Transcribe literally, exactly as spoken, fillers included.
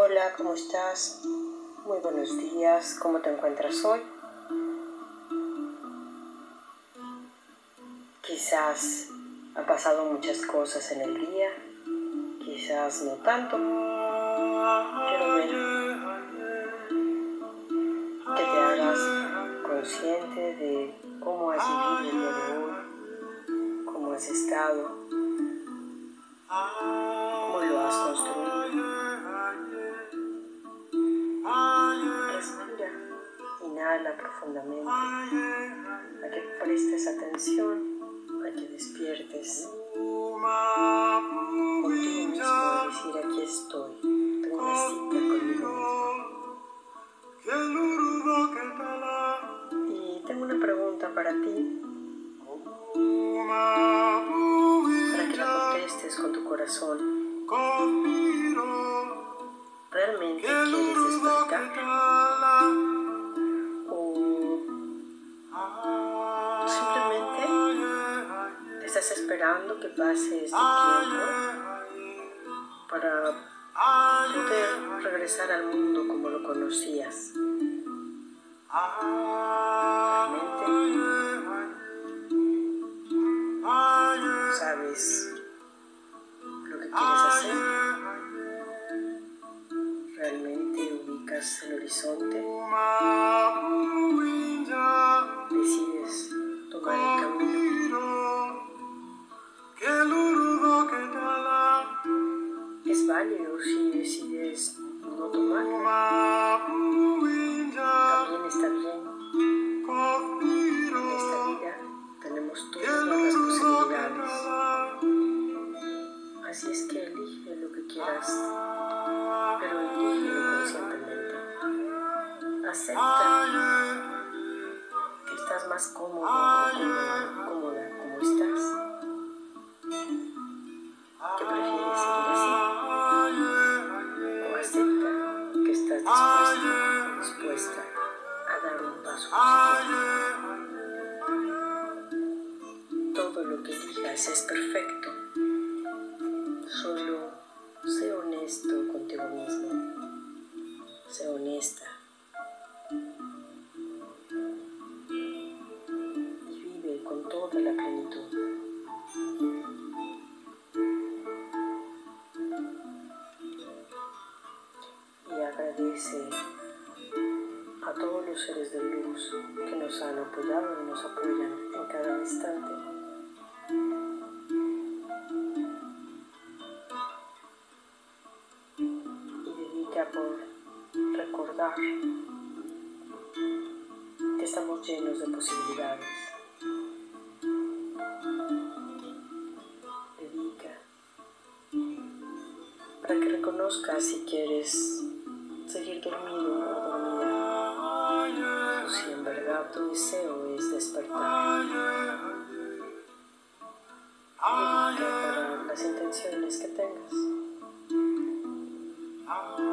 Hola, ¿cómo estás? Muy buenos días, ¿cómo te encuentras hoy? Quizás han pasado muchas cosas en el día, quizás no tanto. Quiero ver que te hagas consciente de cómo has vivido el día de hoy, cómo has estado, cómo lo has construido. Respira, inhala profundamente, a que prestes atención, a que despiertes contigo mismo a decir: aquí estoy, tengo una cita conmigo mismo. Y tengo una pregunta para ti, para que la contestes con tu corazón. ¿Realmente quieres despertar? ¿O simplemente estás esperando que pase este tiempo para poder regresar al mundo como lo conocías? ¿Realmente sabes lo que quieres hacer? ¿Realmente ubicas el horizonte? ¿Decides tomar el camino? Es válido si decides no tomarlo. También está bien. En esta vida tenemos todas las posibilidades. Así es que elige lo que quieras, pero elígelo conscientemente. Acepta que estás más cómodo o cómoda, cómoda como estás, que prefieres seguir así, o acepta que estás dispuesto o dispuesta a dar un paso positivo. Todo lo que elijas es perfecto. Solo sé honesto contigo mismo. Sé honesta. Y vive con toda la plenitud. Y agradece a todos los seres de luz que nos han apoyado y nos apoyan en cada instante. Por recordar que estamos llenos de posibilidades. Dedica para que reconozcas si quieres seguir dormido o dormida, o si en verdad tu deseo es despertar. Dedica para las intenciones que tengas.